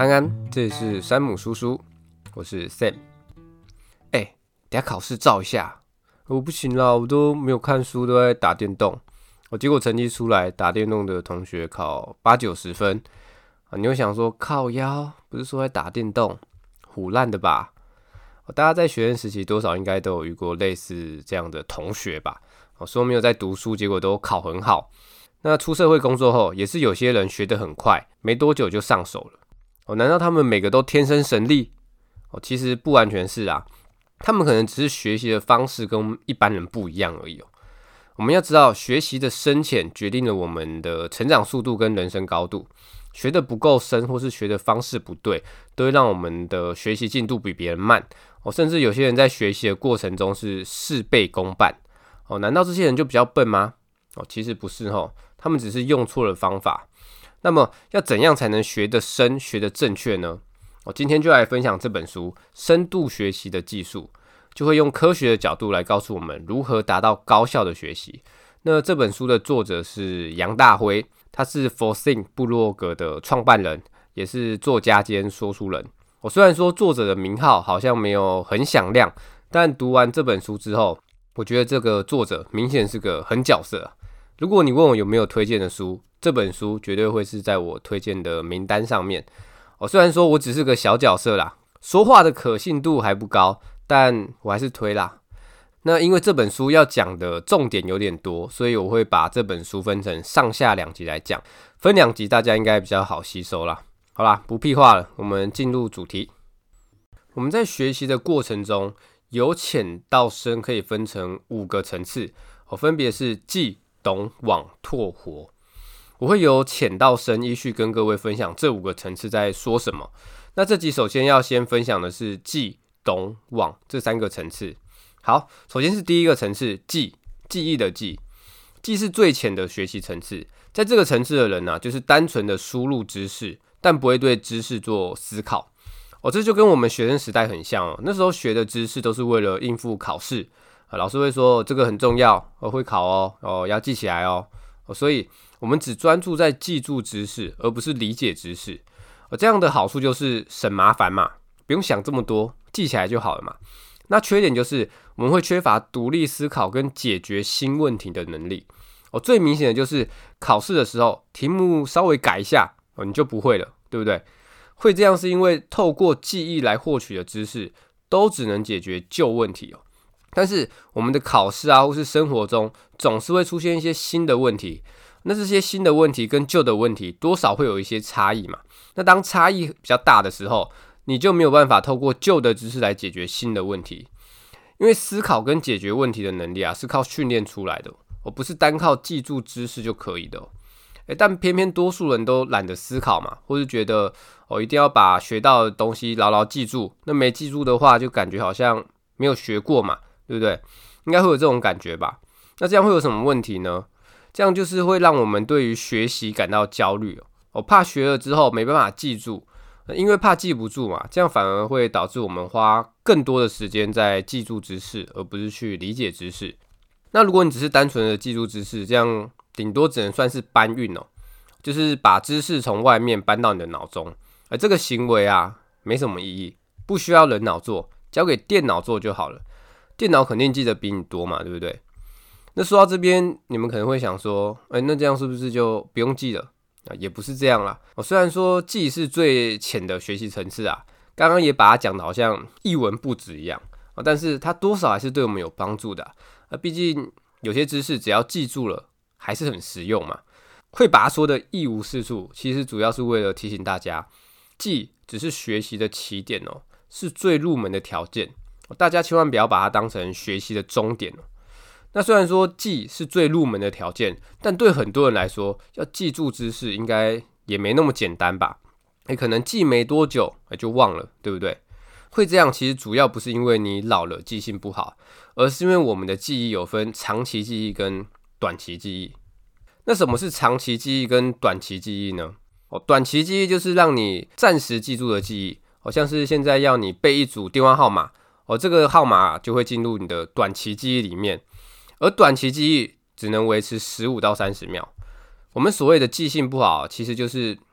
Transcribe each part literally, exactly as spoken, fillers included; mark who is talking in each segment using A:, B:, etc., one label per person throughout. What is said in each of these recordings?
A: 安安，这里是山姆叔叔，我是 Sam。哎、欸，等下考试照一下，我不行啦，我都没有看书，都在打电动。我结果成绩出来，打电动的同学考八九十分啊，你会想说靠腰，不是说在打电动，唬烂的吧？大家在学生时期多少应该都有遇过类似这样的同学吧？说没有在读书，结果都考很好。那出社会工作后，也是有些人学得很快，没多久就上手了。哦，难道他们每个都天生神力？哦，其实不完全是啊，他们可能只是学习的方式跟一般人不一样而已哦。我们要知道，学习的深浅决定了我们的成长速度跟人生高度。学得不够深，或是学的方式不对，都会让我们的学习进度比别人慢。哦，甚至有些人在学习的过程中是事倍功半。哦，难道这些人就比较笨吗？哦，其实不是哦，他们只是用错了方法。那么要怎样才能学得深、学得正确呢？我今天就来分享这本书《深度学习的技术》，就会用科学的角度来告诉我们如何达到高效的学习。那这本书的作者是杨大辉，他是 ForThink 部落格的创办人，也是作家兼说书人。我虽然说作者的名号好像没有很响亮，但读完这本书之后，我觉得这个作者明显是个狠角色啊。如果你问我有没有推荐的书，这本书绝对会是在我推荐的名单上面。哦，虽然说我只是个小角色啦，说话的可信度还不高，但我还是推啦。那因为这本书要讲的重点有点多，所以我会把这本书分成上下两集来讲，分两集大家应该比较好吸收啦。好啦，不屁话了，我们进入主题。我们在学习的过程中，由浅到深可以分成五个层次，哦，分别是记、懂、往、拓、活。我会由浅到深依序跟各位分享这五个层次在说什么。那这集首先要先分享的是记、懂、往这三个层次。好，首先是第一个层次，记，记忆的记。记是最浅的学习层次，在这个层次的人啊，就是单纯的输入知识，但不会对知识做思考。哦，这就跟我们学生时代很像哦。那时候学的知识都是为了应付考试，啊，老师会说这个很重要，哦，会考哦，哦，要记起来哦。哦，所以我们只专注在记住知识，而不是理解知识。哦，这样的好处就是省麻烦嘛，不用想这么多，记起来就好了嘛。那缺点就是我们会缺乏独立思考跟解决新问题的能力。哦，最明显的就是考试的时候，题目稍微改一下，哦，你就不会了，对不对？会这样是因为透过记忆来获取的知识，都只能解决旧问题哦。但是我们的考试啊，或是生活中，总是会出现一些新的问题。那这些新的问题跟旧的问题，多少会有一些差异嘛。那当差异比较大的时候，你就没有办法透过旧的知识来解决新的问题。因为思考跟解决问题的能力啊，是靠训练出来的，而不是单靠记住知识就可以的。欸，但偏偏多数人都懒得思考嘛，或是觉得哦一定要把学到的东西牢牢记住，那没记住的话，就感觉好像没有学过嘛。对不对？应该会有这种感觉吧？那这样会有什么问题呢？这样就是会让我们对于学习感到焦虑哦。我怕学了之后没办法记住，因为怕记不住嘛，这样反而会导致我们花更多的时间在记住知识，而不是去理解知识。那如果你只是单纯的记住知识，这样顶多只能算是搬运哦，就是把知识从外面搬到你的脑中，而这个行为啊没什么意义，不需要人脑做，交给电脑做就好了。电脑肯定记得比你多嘛，对不对？那说到这边，你们可能会想说，哎，那这样是不是就不用记了？啊，也不是这样啦。哦，虽然说记是最浅的学习层次啊，刚刚也把它讲的好像一文不值一样啊，但是它多少还是对我们有帮助的啊。啊，毕竟有些知识只要记住了，还是很实用嘛。会把它说的一无是处，其实主要是为了提醒大家，记只是学习的起点哦，是最入门的条件。大家千万不要把它当成学习的终点。那虽然说记是最入门的条件，但对很多人来说，要记住知识应该也没那么简单吧？欸，可能记没多久就忘了，对不对？会这样其实主要不是因为你老了记性不好，而是因为我们的记忆有分长期记忆跟短期记忆。那什么是长期记忆跟短期记忆呢？哦，短期记忆就是让你暂时记住的记忆，好像是现在要你背一组电话号码。哦，这个号码就会进入你的短期记忆里面，而短期记忆只能维持十五到三十秒。我们所谓的记性不好，其实就是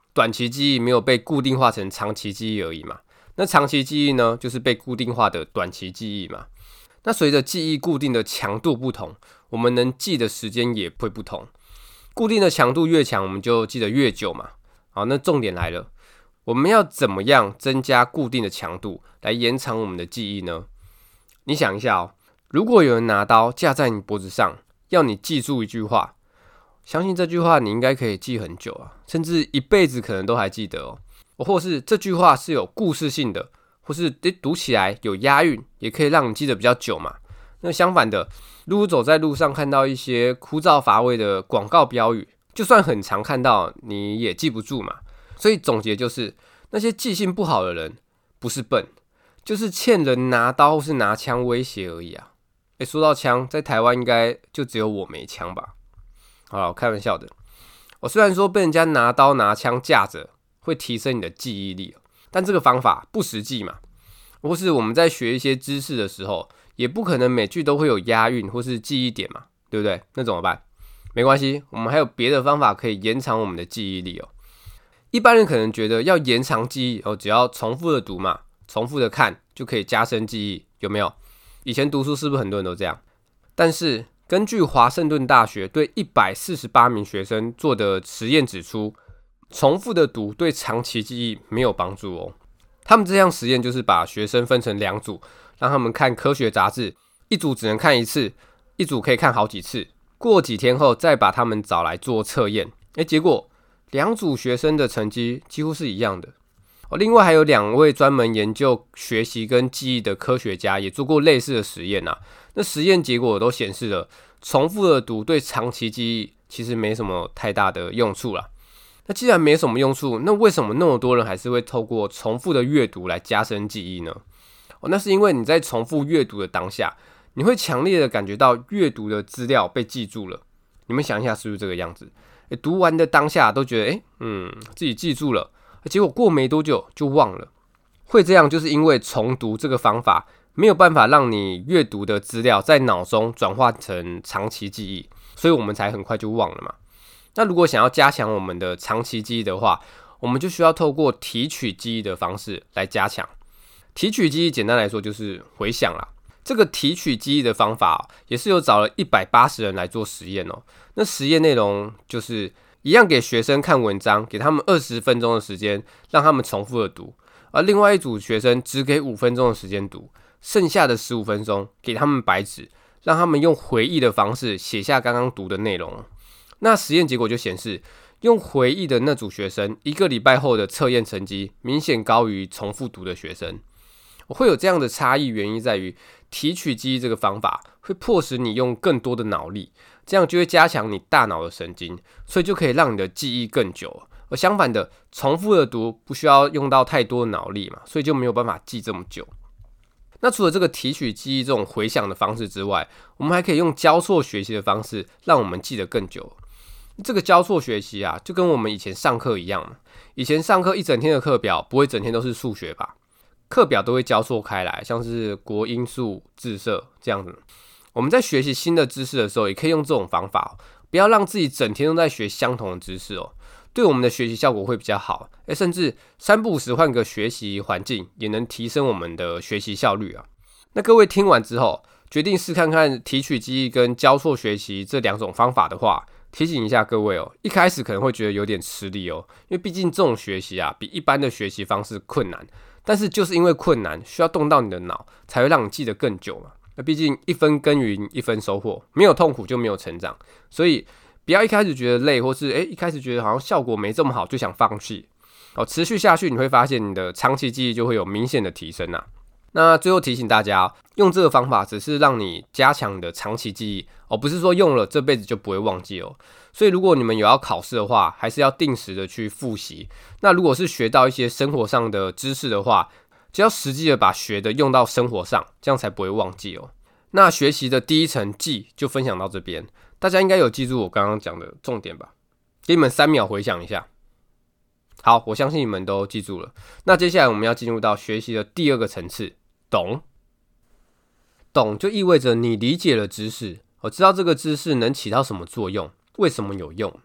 A: 短期记忆没有被固定化成长期记忆而已嘛。那长期记忆呢，就是被固定化的短期记忆嘛。那随着记忆固定的强度不同，我们能记的时间也会不同。固定的强度越强，我们就记得越久嘛。好，那重点来了，我们要怎么样增加固定的强度，来延长我们的记忆呢？你想一下哦，如果有人拿刀架在你脖子上，要你记住一句话，相信这句话你应该可以记很久啊，甚至一辈子可能都还记得哦。或是这句话是有故事性的，或是读起来有押韵，也可以让你记得比较久嘛。那相反的，如果走在路上看到一些枯燥乏味的广告标语，就算很常看到，你也记不住嘛。所以总结就是，那些记性不好的人，不是笨，就是欠人拿刀或是拿枪威胁而已啊。欸，说到枪，在台湾应该就只有我没枪吧？好了，我开玩笑的。我虽然说被人家拿刀拿枪架着会提升你的记忆力，但这个方法不实际嘛。或是我们在学一些知识的时候，也不可能每句都会有押韵或是记忆点嘛，对不对？那怎么办？没关系，我们还有别的方法可以延长我们的记忆力哦。一般人可能觉得要延长记忆哦，只要重复的读嘛，重复的看就可以加深记忆，有没有？以前读书是不是很多人都这样？但是根据华盛顿大学对一百四十八名学生做的实验指出，重复的读对长期记忆没有帮助哦。他们这项实验就是把学生分成两组，让他们看科学杂志，一组只能看一次，一组可以看好几次。过几天后再把他们找来做测验，诶，结果两组学生的成绩几乎是一样的。哦，另外还有两位专门研究学习跟记忆的科学家也做过类似的实验啊。那实验结果都显示了，重复的读对长期记忆其实没什么太大的用处啦。那既然没什么用处，那为什么那么多人还是会透过重复的阅读来加深记忆呢？哦，那是因为你在重复阅读的当下，你会强烈的感觉到阅读的资料被记住了。你们想一下是不是这个样子？欸，读完的当下都觉得，欸，嗯，自己记住了，结果过没多久就忘了。会这样就是因为重读这个方法没有办法让你阅读的资料在脑中转化成长期记忆，所以我们才很快就忘了嘛。那如果想要加强我们的长期记忆的话，我们就需要透过提取记忆的方式来加强。提取记忆简单来说就是回想啦。这个提取记忆的方法也是有找了一百八十人来做实验哦。那实验内容就是一样给学生看文章，给他们二十分钟的时间，让他们重复的读，而另外一组学生只给五分钟的时间读，剩下的十五分钟给他们白纸，让他们用回忆的方式写下刚刚读的内容。那实验结果就显示，用回忆的那组学生一个礼拜后的测验成绩明显高于重复读的学生。会有这样的差异，原因在于提取记忆这个方法会迫使你用更多的脑力，这样就会加强你大脑的神经，所以就可以让你的记忆更久。而相反的，重复的读不需要用到太多的脑力嘛，所以就没有办法记这么久。那除了这个提取记忆这种回想的方式之外，我们还可以用交错学习的方式，让我们记得更久。这个交错学习啊，就跟我们以前上课一样嘛。以前上课一整天的课表，不会整天都是数学吧？课表都会交错开来，像是国英数自社这样子。我们在学习新的知识的时候，也可以用这种方法，不要让自己整天都在学相同的知识哦，对我们的学习效果会比较好。欸，甚至三不五时换个学习环境，也能提升我们的学习效率啊。那各位听完之后，决定试看看提取记忆跟交错学习这两种方法的话，提醒一下各位哦，一开始可能会觉得有点吃力哦，因为毕竟这种学习啊，比一般的学习方式困难。但是就是因为困难，需要动到你的脑，才会让你记得更久嘛。那毕竟一分耕耘一分收获，没有痛苦就没有成长，所以不要一开始觉得累，或是诶一开始觉得好像效果没这么好就想放弃哦。持续下去，你会发现你的长期记忆就会有明显的提升啊。那最后提醒大家，用这个方法只是让你加强你的长期记忆哦，不是说用了这辈子就不会忘记哦。所以如果你们有要考试的话，还是要定时的去复习。那如果是学到一些生活上的知识的话，就要实际的把学的用到生活上，这样才不会忘记哦。那学习的第一层记就分享到这边，大家应该有记住我刚刚讲的重点吧？给你们三秒回想一下。好，我相信你们都记住了。那接下来我们要进入到学习的第二个层次，懂。懂就意味着你理解了知识，我知道这个知识能起到什么作用，为什么有用。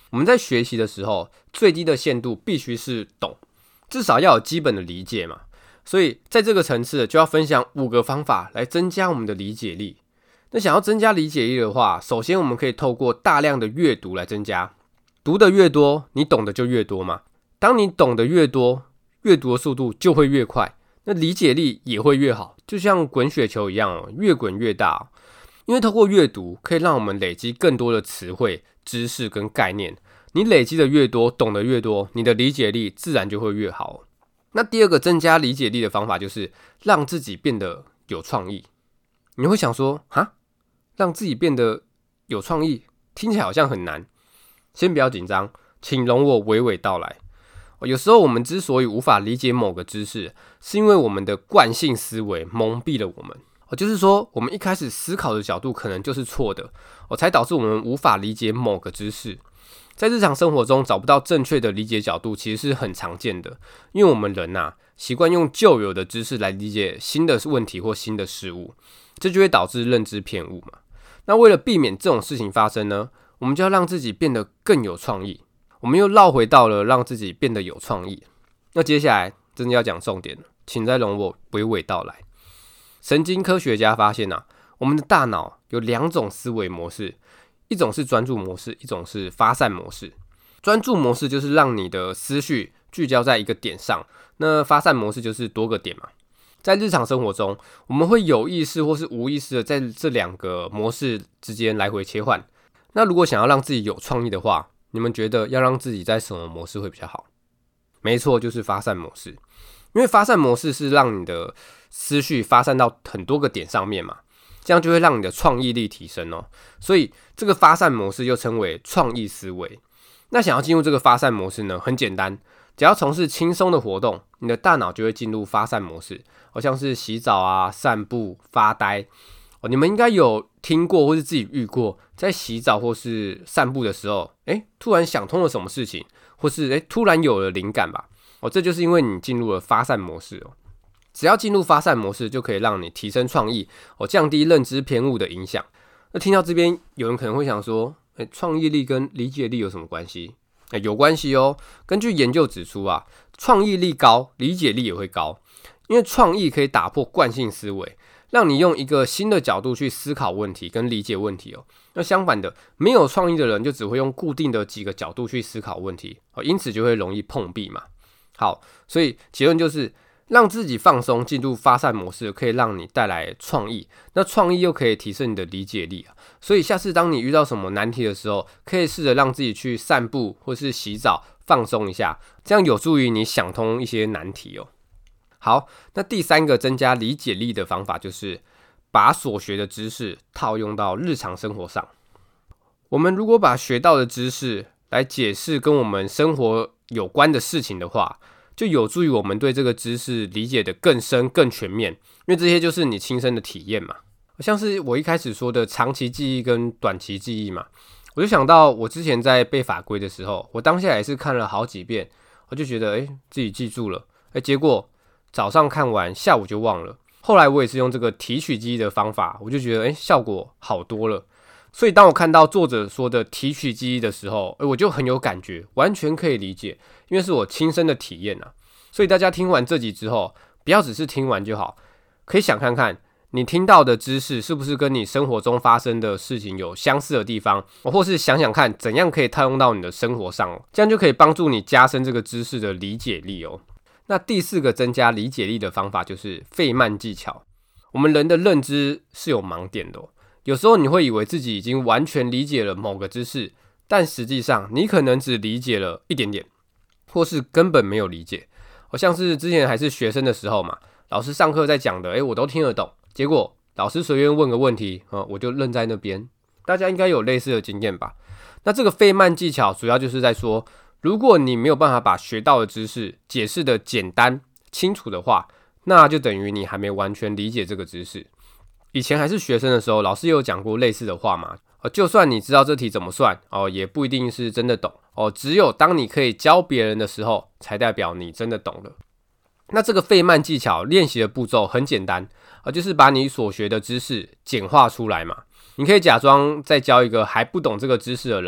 A: 我们在学习的时候，最低的限度必须是懂，至少要有基本的理解嘛。所以在这个层次就要分享五个方法来增加我们的理解力。那想要增加理解力的话，首先我们可以透过大量的阅读来增加。读的越多，你懂的就越多嘛。当你懂得越多，阅读的速度就会越快，那理解力也会越好，就像滚雪球一样哦，越滚越大哦。因为透过阅读可以让我们累积更多的词汇、知识跟概念。你累积的越多，懂得越多，你的理解力自然就会越好。那第二个增加理解力的方法就是让自己变得有创意。你会想说，哈，让自己变得有创意，听起来好像很难。先不要紧张，请容我娓娓道来。有时候我们之所以无法理解某个知识，是因为我们的惯性思维蒙蔽了我们。就是说，我们一开始思考的角度可能就是错的，才导致我们无法理解某个知识。在日常生活中找不到正确的理解角度，其实是很常见的，因为我们人啊习惯用旧有的知识来理解新的问题或新的事物，这就会导致认知偏误嘛。那为了避免这种事情发生呢，我们就要让自己变得更有创意。我们又绕回到了让自己变得有创意。那接下来真的要讲重点了，请再容我娓娓道来。神经科学家发现啊，我们的大脑有两种思维模式，一种是专注模式，一种是发散模式。专注模式就是让你的思绪聚焦在一个点上，那发散模式就是多个点嘛。在日常生活中，我们会有意识或是无意识的在这两个模式之间来回切换。那如果想要让自己有创意的话，你们觉得要让自己在什么模式会比较好？没错，就是发散模式。因为发散模式是让你的思绪发散到很多个点上面嘛，这样就会让你的创意力提升哦。所以这个发散模式又称为创意思维。那想要进入这个发散模式呢，很简单，只要从事轻松的活动，你的大脑就会进入发散模式，好像是洗澡啊、散步、发呆。哦，你们应该有听过或是自己遇过，在洗澡或是散步的时候，哎，突然想通了什么事情，或是哎突然有了灵感吧。哦，这就是因为你进入了发散模式哦。只要进入发散模式，就可以让你提升创意，哦，降低认知偏误的影响。那听到这边，有人可能会想说，哎，创意力跟理解力有什么关系？哎，有关系哦。根据研究指出啊，创意力高，理解力也会高，因为创意可以打破惯性思维，让你用一个新的角度去思考问题跟理解问题哦。那相反的，没有创意的人就只会用固定的几个角度去思考问题，哦，因此就会容易碰壁嘛。好，所以结论就是让自己放松，进入发散模式，可以让你带来创意。那创意又可以提升你的理解力啊。所以下次当你遇到什么难题的时候，可以试着让自己去散步或是洗澡，放松一下，这样有助于你想通一些难题哦。好，那第三个增加理解力的方法就是把所学的知识套用到日常生活上。我们如果把学到的知识来解释跟我们生活有关的事情的话，就有助于我们对这个知识理解的更深更全面，因为这些就是你亲身的体验嘛。像是我一开始说的长期记忆跟短期记忆嘛，我就想到我之前在背法规的时候，我当下也是看了好几遍，我就觉得哎自己记住了，哎结果早上看完下午就忘了。后来我也是用这个提取记忆的方法，我就觉得哎效果好多了。所以当我看到作者说的提取记忆的时候，我就很有感觉，完全可以理解，因为是我亲身的体验啊。所以大家听完这集之后，不要只是听完就好，可以想看看你听到的知识是不是跟你生活中发生的事情有相似的地方，或是想想看怎样可以套用到你的生活上，这样就可以帮助你加深这个知识的理解力哦。那第四个增加理解力的方法就是费曼技巧。我们人的认知是有盲点的哦，有时候你会以为自己已经完全理解了某个知识，但实际上你可能只理解了一点点，或是根本没有理解。像是之前还是学生的时候嘛，老师上课在讲的，诶，我都听得懂，结果老师随便问个问题，呃、我就愣在那边。大家应该有类似的经验吧？那这个费曼技巧主要就是在说，如果你没有办法把学到的知识解释的简单清楚的话，那就等于你还没完全理解这个知识。以前还是学生的时候，老师也有讲过类似的话嘛，呃、就算你知道这题怎么算，哦，也不一定是真的懂哦。只有当你可以教别人的时候，才代表你真的懂了。那这个费曼技巧练习的步骤很简单，呃、就是把你所学的知识简化出来嘛。你可以假装在教一个还不懂这个知识的人，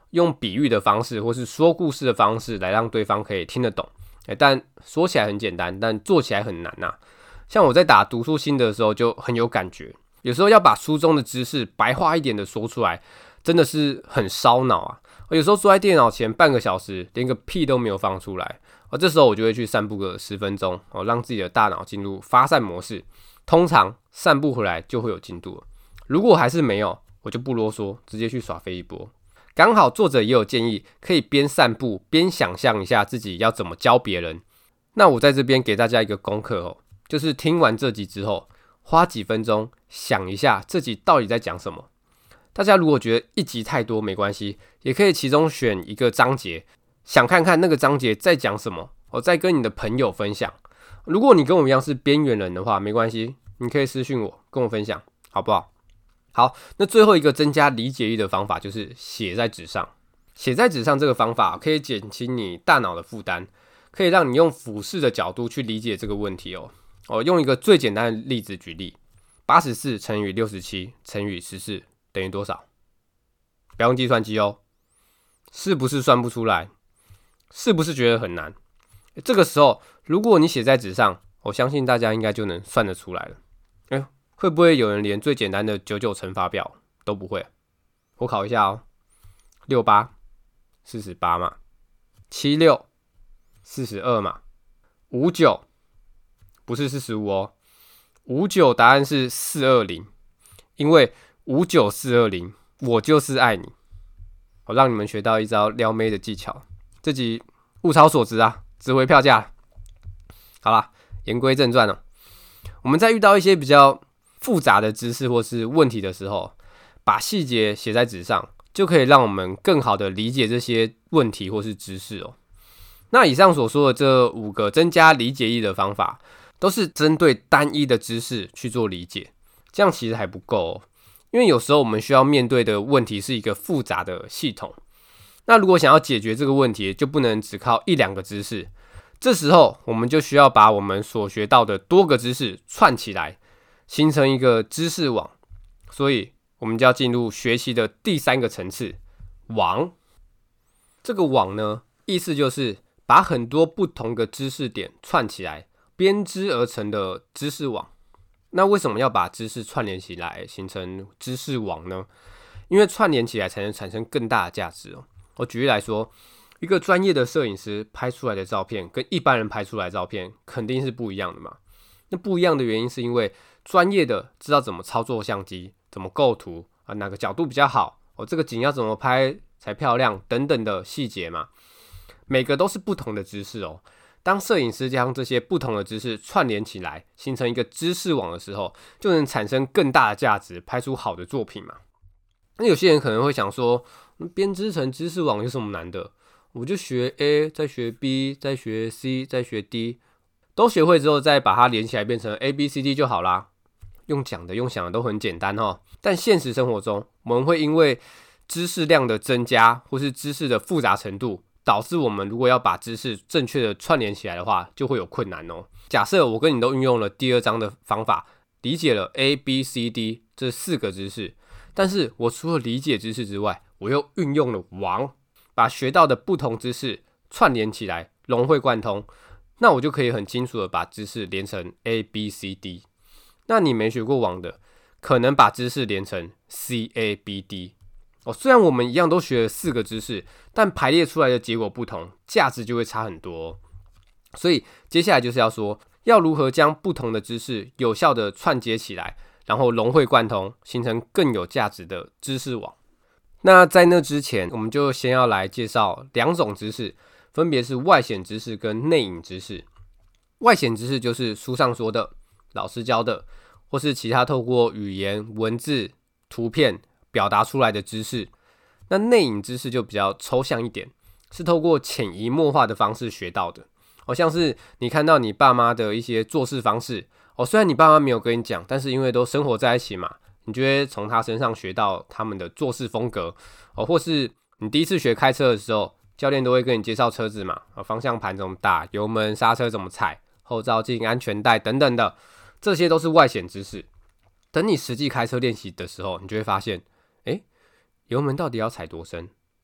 A: 用比喻的方式或是说故事的方式来让对方可以听得懂。欸、但说起来很简单，但做起来很难啊。像我在打读书心得的时候就很有感觉，有时候要把书中的知识白话一点的说出来，真的是很烧脑啊。有时候坐在电脑前半个小时，连个屁都没有放出来，这时候我就会去散步个十分钟，让自己的大脑进入发散模式。通常散步回来就会有进度了，如果还是没有，我就不啰嗦，直接去耍飞一波。刚好作者也有建议，可以边散步边想象一下自己要怎么教别人。那我在这边给大家一个功课哦，就是听完这集之后，花几分钟想一下这集到底在讲什么。大家如果觉得一集太多没关系，也可以其中选一个章节，想看看那个章节在讲什么，我再跟你的朋友分享。如果你跟我一样是边缘人的话，没关系，你可以私讯我，跟我分享，好不好？好，那最后一个增加理解力的方法就是写在纸上。写在纸上这个方法可以减轻你大脑的负担，可以让你用俯视的角度去理解这个问题哦。我用一个最简单的例子举例，八十四乘以六十七乘以十四等于多少？不要用计算机哦，是不是算不出来？是不是觉得很难？这个时候，如果你写在纸上，我相信大家应该就能算得出来了。哎，会不会有人连最简单的九九乘法表都不会？我考一下哦，六八四十八嘛，七六四十二嘛，五九不是四十五哦，五九答案是四二零，因为五九四二零，我就是爱你。我让你们学到一招撩妹的技巧，这集物超所值啊，值回票价。好啦，言归正传哦，我们在遇到一些比较复杂的知识或是问题的时候，把细节写在纸上，就可以让我们更好的理解这些问题或是知识哦。那以上所说的这五个增加理解力的方法，都是针对单一的知识去做理解，这样其实还不够哦。因为有时候我们需要面对的问题是一个复杂的系统，那如果想要解决这个问题，就不能只靠一两个知识。这时候我们就需要把我们所学到的多个知识串起来，形成一个知识网。所以我们就要进入学习的第三个层次，网。这个网呢，意思就是把很多不同的知识点串起来，编织而成的知识网。那为什么要把知识串联起来形成知识网呢？因为串联起来才能产生更大的价值哦。我举例来说，一个专业的摄影师拍出来的照片跟一般人拍出来的照片肯定是不一样的嘛。那不一样的原因是因为专业的知道怎么操作相机，怎么构图啊，哪个角度比较好，哦，这个景要怎么拍才漂亮等等的细节嘛。每个都是不同的知识哦。当摄影师将这些不同的知识串联起来，形成一个知识网的时候，就能产生更大的价值，拍出好的作品嘛。那有些人可能会想说，编织成知识网有什么难的？我就学 A， 再学 B， 再学 C， 再学 D， 都学会之后，再把它连起来变成 A、B、C、D 就好啦。用讲的、用想的都很简单哦。但现实生活中，我们会因为知识量的增加，或是知识的复杂程度，导致我们如果要把知识正确的串联起来的话，就会有困难哦。假设我跟你都运用了第二章的方法，理解了 A、B、C、D 这四个知识，但是我除了理解知识之外，我又运用了网，把学到的不同知识串联起来，融会贯通，那我就可以很清楚的把知识连成 A、B、C、D。那你没学过网的，可能把知识连成 C、A、B、D。哦，虽然我们一样都学了四个知识，但排列出来的结果不同，价值就会差很多哦。所以接下来就是要说，要如何将不同的知识有效的串接起来，然后融会贯通，形成更有价值的知识网。那在那之前，我们就先要来介绍两种知识，分别是外显知识跟内隐知识。外显知识就是书上说的，老师教的，或是其他透过语言、文字、图片表达出来的知识。那内隐知识就比较抽象一点，是透过潜移默化的方式学到的。哦，像是你看到你爸妈的一些做事方式，哦，虽然你爸妈没有跟你讲，但是因为都生活在一起嘛，你就会从他身上学到他们的做事风格。哦，或是你第一次学开车的时候，教练都会跟你介绍车子嘛，哦，方向盘怎么打，油门、刹车怎么踩，后照镜、安全带等等的，这些都是外显知识。等你实际开车练习的时候，你就会发现，诶，油门到底要踩多深？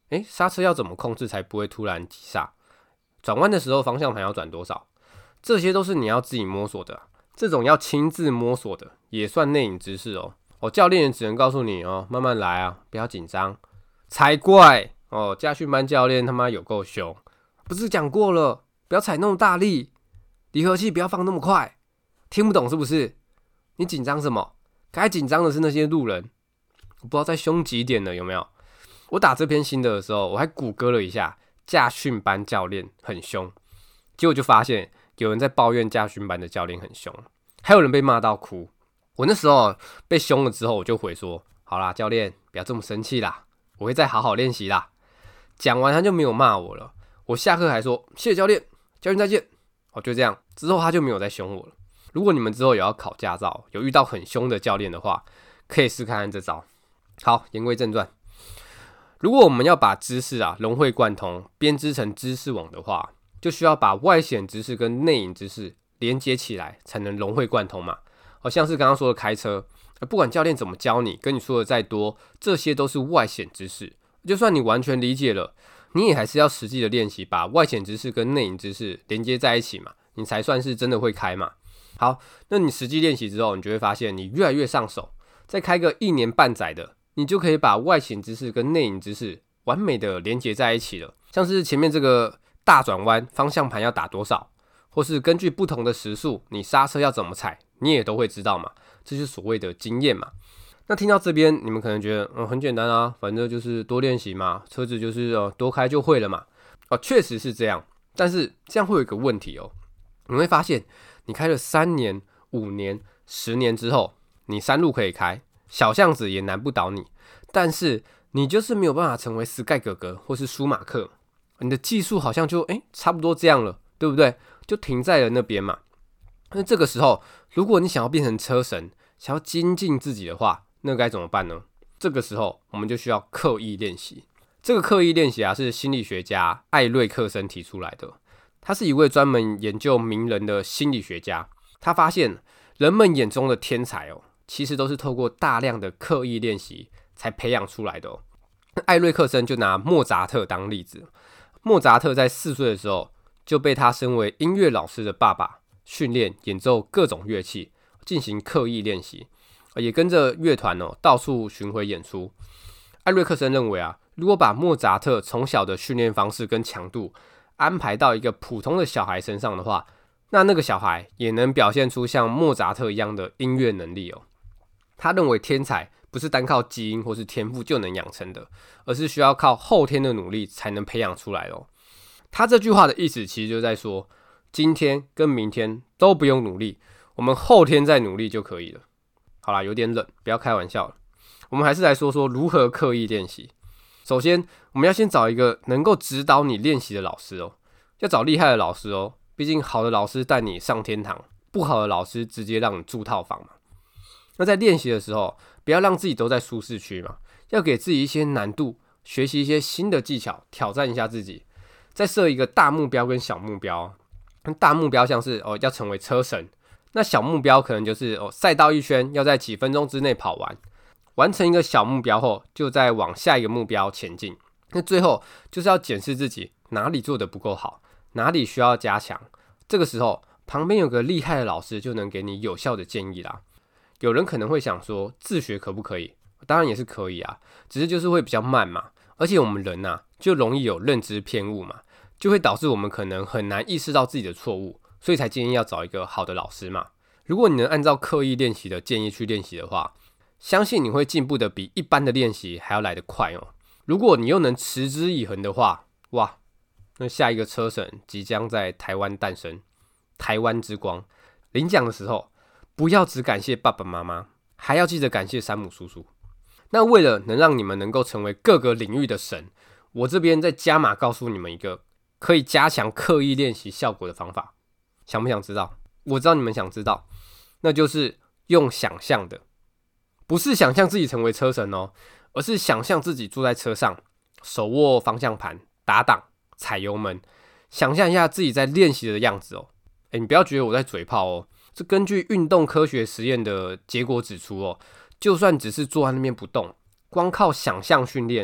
A: 诶，刹车要怎么控制才不会突然急刹？转弯的时候方向盘要转多少？这些都是你要自己摸索的、啊，这种要亲自摸索的也算内隐知识哦。哦，教练也只能告诉你哦，慢慢来啊，不要紧张，才怪哦！驾训班教练他妈有够凶，不是讲过了，不要踩那么大力，离合器不要放那么快，听不懂是不是？你紧张什么？该紧张的是那些路人，我不知道再凶几点了有没有？我打这篇新的的时候，我还谷歌了一下，驾训班教练很凶，结果就发现有人在抱怨驾训班的教练很凶，还有人被骂到哭。我那时候被凶了之后，我就回说：好啦，教练不要这么生气啦，我会再好好练习啦。讲完他就没有骂我了，我下课还说谢谢教练，教练再见。哦，就这样，之后他就没有再凶我了。如果你们之后有要考驾照，有遇到很凶的教练的话，可以试看看这招。好，言归正传。如果我们要把知识啊融会贯通，编织成知识网的话，就需要把外显知识跟内隐知识连接起来，才能融会贯通嘛。好像是刚刚说的开车，不管教练怎么教你，跟你说的再多，这些都是外显知识。就算你完全理解了，你也还是要实际的练习，把外显知识跟内隐知识连接在一起嘛，你才算是真的会开嘛。好，那你实际练习之后，你就会发现你越来越上手，再开个一年半载的，你就可以把外显知识跟内隐知识完美的连接在一起了。像是前面这个大转弯方向盘要打多少，或是根据不同的时速，你刹车要怎么踩，你也都会知道嘛，这就是所谓的经验嘛。那听到这边，你们可能觉得，嗯，很简单啊，反正就是多练习嘛，车子就是呃多开就会了嘛。哦，确实是这样，但是这样会有一个问题哦，你会发现，你开了三年、五年、十年之后，你山路可以开，小巷子也难不倒你，但是你就是没有办法成为 Sky 哥哥或是舒马克，你的技术好像就哎、欸、差不多这样了，对不对？就停在了那边嘛。那这个时候，如果你想要变成车神，想要精进自己的话，那该怎么办呢？这个时候我们就需要刻意练习。这个刻意练习啊，是心理学家艾瑞克森提出来的。他是一位专门研究名人的心理学家。他发现人们眼中的天才哦，其实都是透过大量的刻意练习才培养出来的哦。艾瑞克森就拿莫扎特当例子。莫扎特在四岁的时候就被他身为音乐老师的爸爸训练演奏各种乐器，进行刻意练习，也跟着乐团哦到处巡回演出。艾瑞克森认为啊，如果把莫扎特从小的训练方式跟强度安排到一个普通的小孩身上的话，那那个小孩也能表现出像莫扎特一样的音乐能力哦。他认为天才不是单靠基因或是天赋就能养成的，而是需要靠后天的努力才能培养出来哦。他这句话的意思其实就在说，今天跟明天都不用努力，我们后天再努力就可以了。好啦，有点冷，不要开玩笑了。我们还是来说说如何刻意练习。首先，我们要先找一个能够指导你练习的老师哦，要找厉害的老师哦。毕竟好的老师带你上天堂，不好的老师直接让你住套房嘛。那在练习的时候，不要让自己都在舒适区嘛，要给自己一些难度，学习一些新的技巧，挑战一下自己。再设一个大目标跟小目标。大目标像是哦要成为车神，那小目标可能就是哦赛道一圈要在几分钟之内跑完。完成一个小目标后，就再往下一个目标前进。那最后就是要检视自己哪里做得不够好，哪里需要加强。这个时候，旁边有个厉害的老师就能给你有效的建议啦。有人可能会想说，自学可不可以？当然也是可以啊，只是就是会比较慢嘛。而且我们人啊，就容易有认知偏误嘛，就会导致我们可能很难意识到自己的错误，所以才建议要找一个好的老师嘛。如果你能按照刻意练习的建议去练习的话，相信你会进步的比一般的练习还要来得快哦。如果你又能持之以恒的话，哇，那下一个车神即将在台湾诞生，台湾之光。领奖的时候，不要只感谢爸爸妈妈，还要记得感谢山姆叔叔。那为了能让你们能够成为各个领域的神，我这边再加码告诉你们一个可以加强刻意练习效果的方法。想不想知道？我知道你们想知道，那就是用想象的。不是想象自己成为车神哦，而是想象自己坐在车上，手握方向盘，打档，踩油门，想象一下自己在练习的样子哦。欸，你不要觉得我在嘴炮哦，这根据运动科学实验的结果指出哦，就算只是坐在那边不动，光靠想象训练，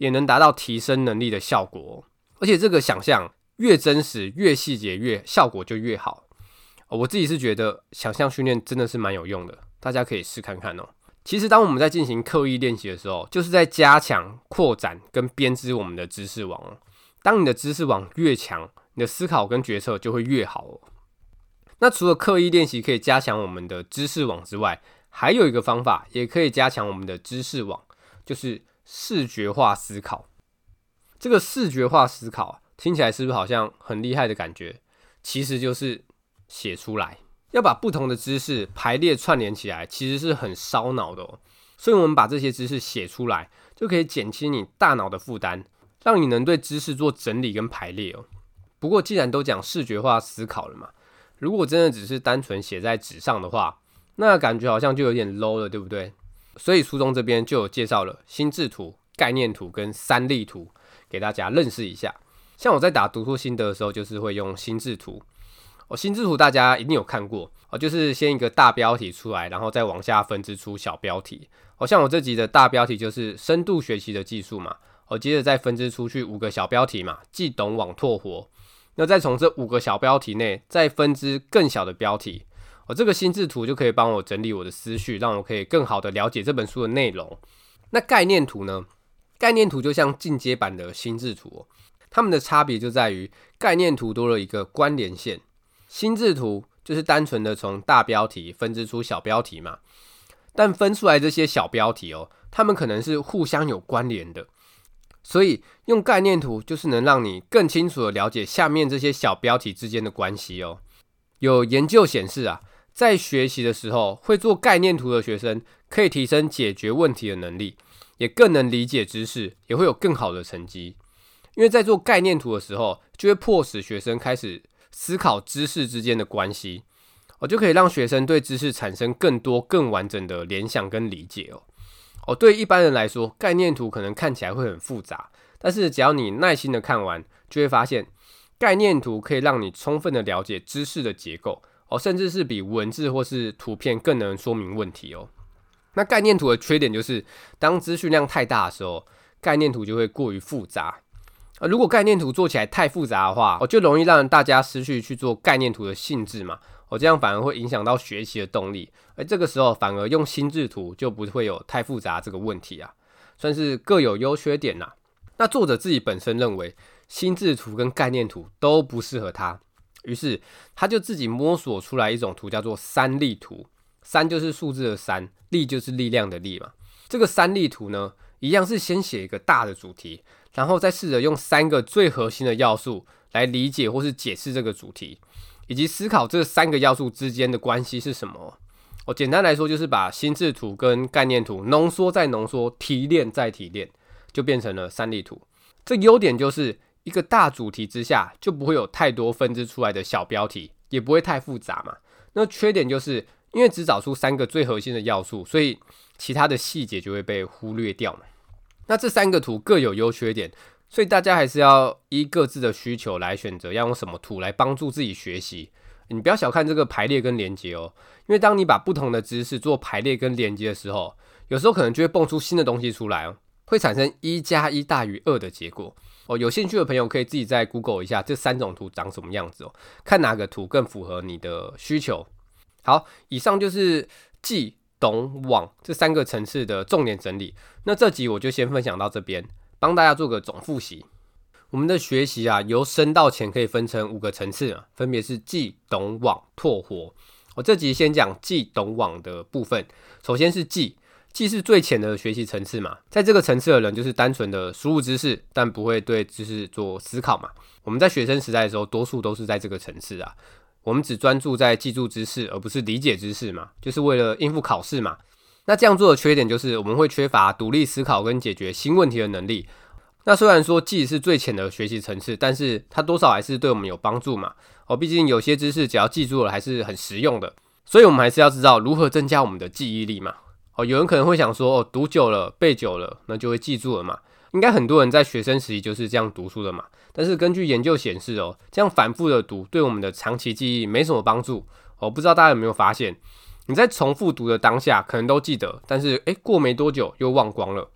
A: 也能达到提升能力的效果哦。而且这个想象越真实、越细节、越效果就越好。我自己是觉得想象训练真的是蛮有用的，大家可以试看看哦。其实当我们在进行刻意练习的时候，就是在加强、扩展跟编织我们的知识网哦。当你的知识网越强，你的思考跟决策就会越好哦。那除了刻意练习可以加强我们的知识网之外，还有一个方法也可以加强我们的知识网，就是视觉化思考。这个视觉化思考听起来是不是好像很厉害的感觉？其实就是写出来。要把不同的知识排列串联起来，其实是很烧脑的哦。所以我们把这些知识写出来，就可以减轻你大脑的负担，让你能对知识做整理跟排列哦。不过既然都讲视觉化思考了嘛，如果真的只是单纯写在纸上的话，那感觉好像就有点 low 了，对不对？所以书中这边就有介绍了心智图、概念图跟三力图，给大家认识一下。像我在打读书心得的时候，就是会用心智图。哦，心智图大家一定有看过哦，就是先一个大标题出来，然后再往下分支出小标题。哦，像我这集的大标题就是深度学习的技术嘛，哦，接着再分支出去五个小标题嘛，既懂网拓活。那再从这五个小标题内再分支更小的标题。哦，这个心智图就可以帮我整理我的思绪，让我可以更好的了解这本书的内容。那概念图呢？概念图就像进阶版的心智图哦，它们的差别就在于概念图多了一个关联线。心智图就是单纯的从大标题分支出小标题嘛，但分出来这些小标题哦，它们可能是互相有关联的，所以用概念图就是能让你更清楚的了解下面这些小标题之间的关系哦。有研究显示啊，在学习的时候，会做概念图的学生可以提升解决问题的能力，也更能理解知识，也会有更好的成绩。因为在做概念图的时候，就会迫使学生开始思考知识之间的关系，我就可以让学生对知识产生更多、更完整的联想跟理解哦。哦，对一般人来说，概念图可能看起来会很复杂，但是只要你耐心的看完，就会发现概念图可以让你充分的了解知识的结构哦，甚至是比文字或是图片更能说明问题哦。那概念图的缺点就是，当资讯量太大的时候，概念图就会过于复杂。呃，如果概念图做起来太复杂的话，哦，就容易让大家失去去做概念图的兴致嘛。哦，这样反而会影响到学习的动力。而这个时候反而用心智图就不会有太复杂这个问题啊，算是各有优缺点啦。那作者自己本身认为心智图跟概念图都不适合他，于是他就自己摸索出来一种图，叫做三力图。三就是数字的三，力就是力量的力嘛。这个三力图呢，一样是先写一个大的主题，然后再试着用三个最核心的要素来理解或是解释这个主题，以及思考这三个要素之间的关系是什么。哦，简单来说就是把心智图跟概念图浓缩再浓缩，提炼再提炼，就变成了三力图。这优点就是一个大主题之下就不会有太多分支出来的小标题，也不会太复杂嘛。那缺点就是因为只找出三个最核心的要素，所以其他的细节就会被忽略掉嘛。那这三个图各有优缺点，所以大家还是要依各自的需求来选择要用什么图来帮助自己学习。你不要小看这个排列跟连结哦，因为当你把不同的知识做排列跟连结的时候，有时候可能就会蹦出新的东西出来哦，会产生一加一大于二的结果哦。有兴趣的朋友可以自己在 Google 一下这三种图长什么样子哦，看哪个图更符合你的需求。好，以上就是记、懂、网这三个层次的重点整理。那这集我就先分享到这边，帮大家做个总复习。我们的学习啊，由深到浅可以分成五个层次啊，分别是记、懂、网、拓活。我这集先讲记、懂、网的部分。首先是记，记是最浅的学习层次嘛，在这个层次的人就是单纯的输入知识，但不会对知识做思考嘛。我们在学生时代的时候，多数都是在这个层次啊。我们只专注在记住知识，而不是理解知识嘛，就是为了应付考试嘛。那这样做的缺点就是我们会缺乏独立思考跟解决新问题的能力。那虽然说记是最浅的学习层次，但是它多少还是对我们有帮助嘛。哦，毕竟有些知识只要记住了还是很实用的，所以我们还是要知道如何增加我们的记忆力嘛。哦，有人可能会想说，哦，读久了背久了，那就会记住了嘛。应该很多人在学生时期就是这样读书的嘛。但是根据研究显示哦，这样反复的读对我们的长期记忆没什么帮助。哦，不知道大家有没有发现，你在重复读的当下可能都记得，但是诶过没多久又忘光了。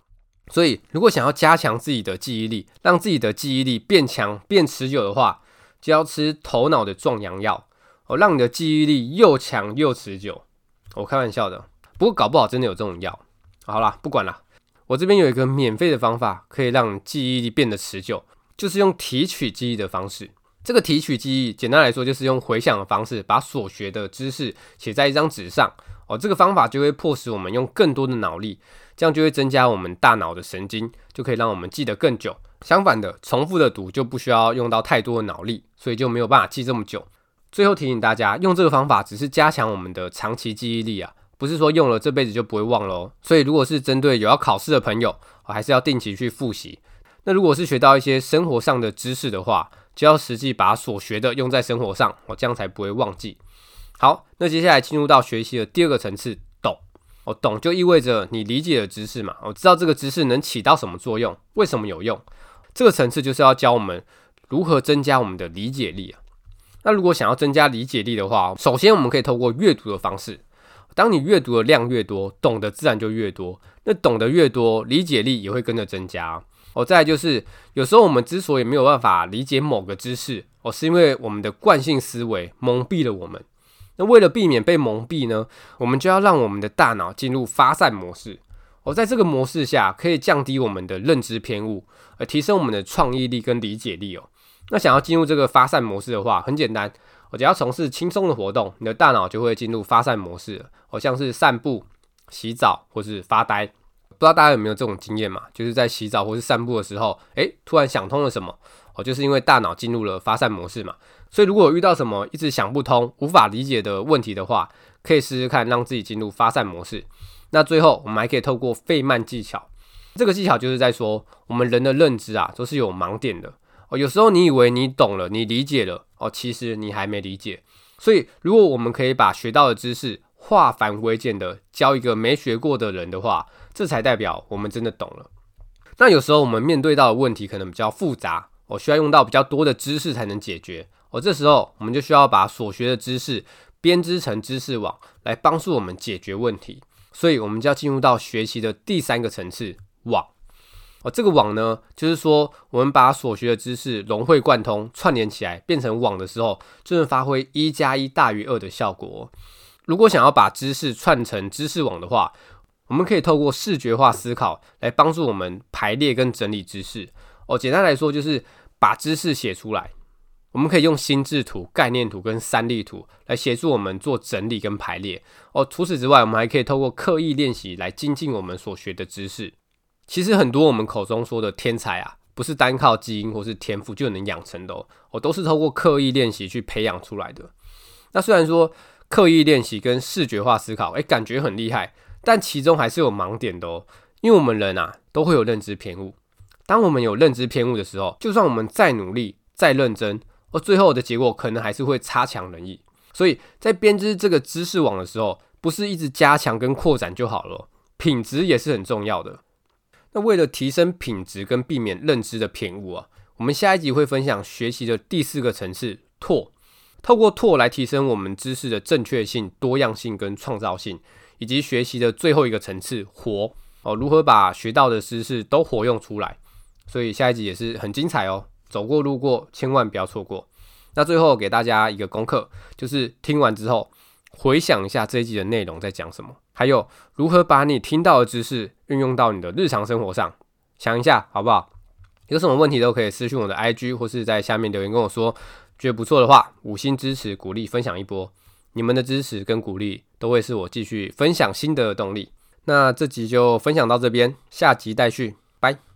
A: 所以如果想要加强自己的记忆力，让自己的记忆力变强变持久的话，就要吃头脑的壮阳药哦，让你的记忆力又强又持久。我开玩笑的，不过搞不好真的有这种药。好啦，不管啦，我这边有一个免费的方法，可以让记忆力变得持久，就是用提取记忆的方式。这个提取记忆，简单来说就是用回想的方式，把所学的知识写在一张纸上。哦，这个方法就会迫使我们用更多的脑力，这样就会增加我们大脑的神经，就可以让我们记得更久。相反的，重复的读就不需要用到太多的脑力，所以就没有办法记这么久。最后提醒大家，用这个方法只是加强我们的长期记忆力啊，不是说用了这辈子就不会忘了哦。所以如果是针对有要考试的朋友，还是要定期去复习。那如果是学到一些生活上的知识的话，就要实际把所学的用在生活上，这样才不会忘记。好，那接下来进入到学习的第二个层次，懂。哦，懂就意味着你理解的知识嘛，我知道这个知识能起到什么作用，为什么有用。这个层次就是要教我们如何增加我们的理解力啊。那如果想要增加理解力的话，首先我们可以透过阅读的方式。当你阅读的量越多，懂得自然就越多。那懂得越多，理解力也会跟着增加。哦，再来就是有时候我们之所以没有办法理解某个知识，哦，是因为我们的惯性思维蒙蔽了我们。那为了避免被蒙蔽呢，我们就要让我们的大脑进入发散模式。哦，在这个模式下，可以降低我们的认知偏误，而提升我们的创意力跟理解力哦。那想要进入这个发散模式的话，很简单，我只要从事轻松的活动，你的大脑就会进入发散模式了。哦，像是散步、洗澡或是发呆。不知道大家有没有这种经验嘛？就是在洗澡或是散步的时候，诶，突然想通了什么，哦，就是因为大脑进入了发散模式嘛。所以如果有遇到什么一直想不通、无法理解的问题的话，可以试试看让自己进入发散模式。那最后我们还可以透过费曼技巧，这个技巧就是在说，我们人的认知啊都是有盲点的。哦，有时候你以为你懂了，你理解了，哦，其实你还没理解。所以如果我们可以把学到的知识化繁为简的教一个没学过的人的话，这才代表我们真的懂了。那有时候我们面对到的问题可能比较复杂，我需要用到比较多的知识才能解决。哦，这时候我们就需要把所学的知识编织成知识网，来帮助我们解决问题。所以我们就要进入到学习的第三个层次，网。哦，这个网呢，就是说我们把所学的知识融会贯通、串联起来，变成网的时候，就能发挥一加一大于二的效果。如果想要把知识串成知识网的话，我们可以透过视觉化思考来帮助我们排列跟整理知识。哦，简单来说就是把知识写出来。我们可以用心智图、概念图跟三力图来协助我们做整理跟排列。哦，除此之外，我们还可以透过刻意练习来精进我们所学的知识。其实很多我们口中说的天才啊，不是单靠基因或是天赋就能养成的哦，哦都是透过刻意练习去培养出来的。那虽然说刻意练习跟视觉化思考，哎，感觉很厉害，但其中还是有盲点的哦。因为我们人啊，都会有认知偏误。当我们有认知偏误的时候，就算我们再努力、再认真，而最后的结果可能还是会差强人意。所以在编织这个知识网的时候，不是一直加强跟扩展就好了，品质也是很重要的。那为了提升品质跟避免认知的偏误啊，我们下一集会分享学习的第四个层次拓。透过拓来提升我们知识的正确性、多样性跟创造性，以及学习的最后一个层次活哦，如何把学到的知识都活用出来。所以下一集也是很精彩哦，走过路过千万不要错过。那最后给大家一个功课，就是听完之后回想一下这一集的内容在讲什么，还有如何把你听到的知识运用到你的日常生活上，想一下好不好？有什么问题都可以私讯我的 I G 或是在下面留言跟我说，觉得不错的话五星支持鼓励分享一波，你们的支持跟鼓励都会是我继续分享心得的动力。那这集就分享到这边，下集待续，拜。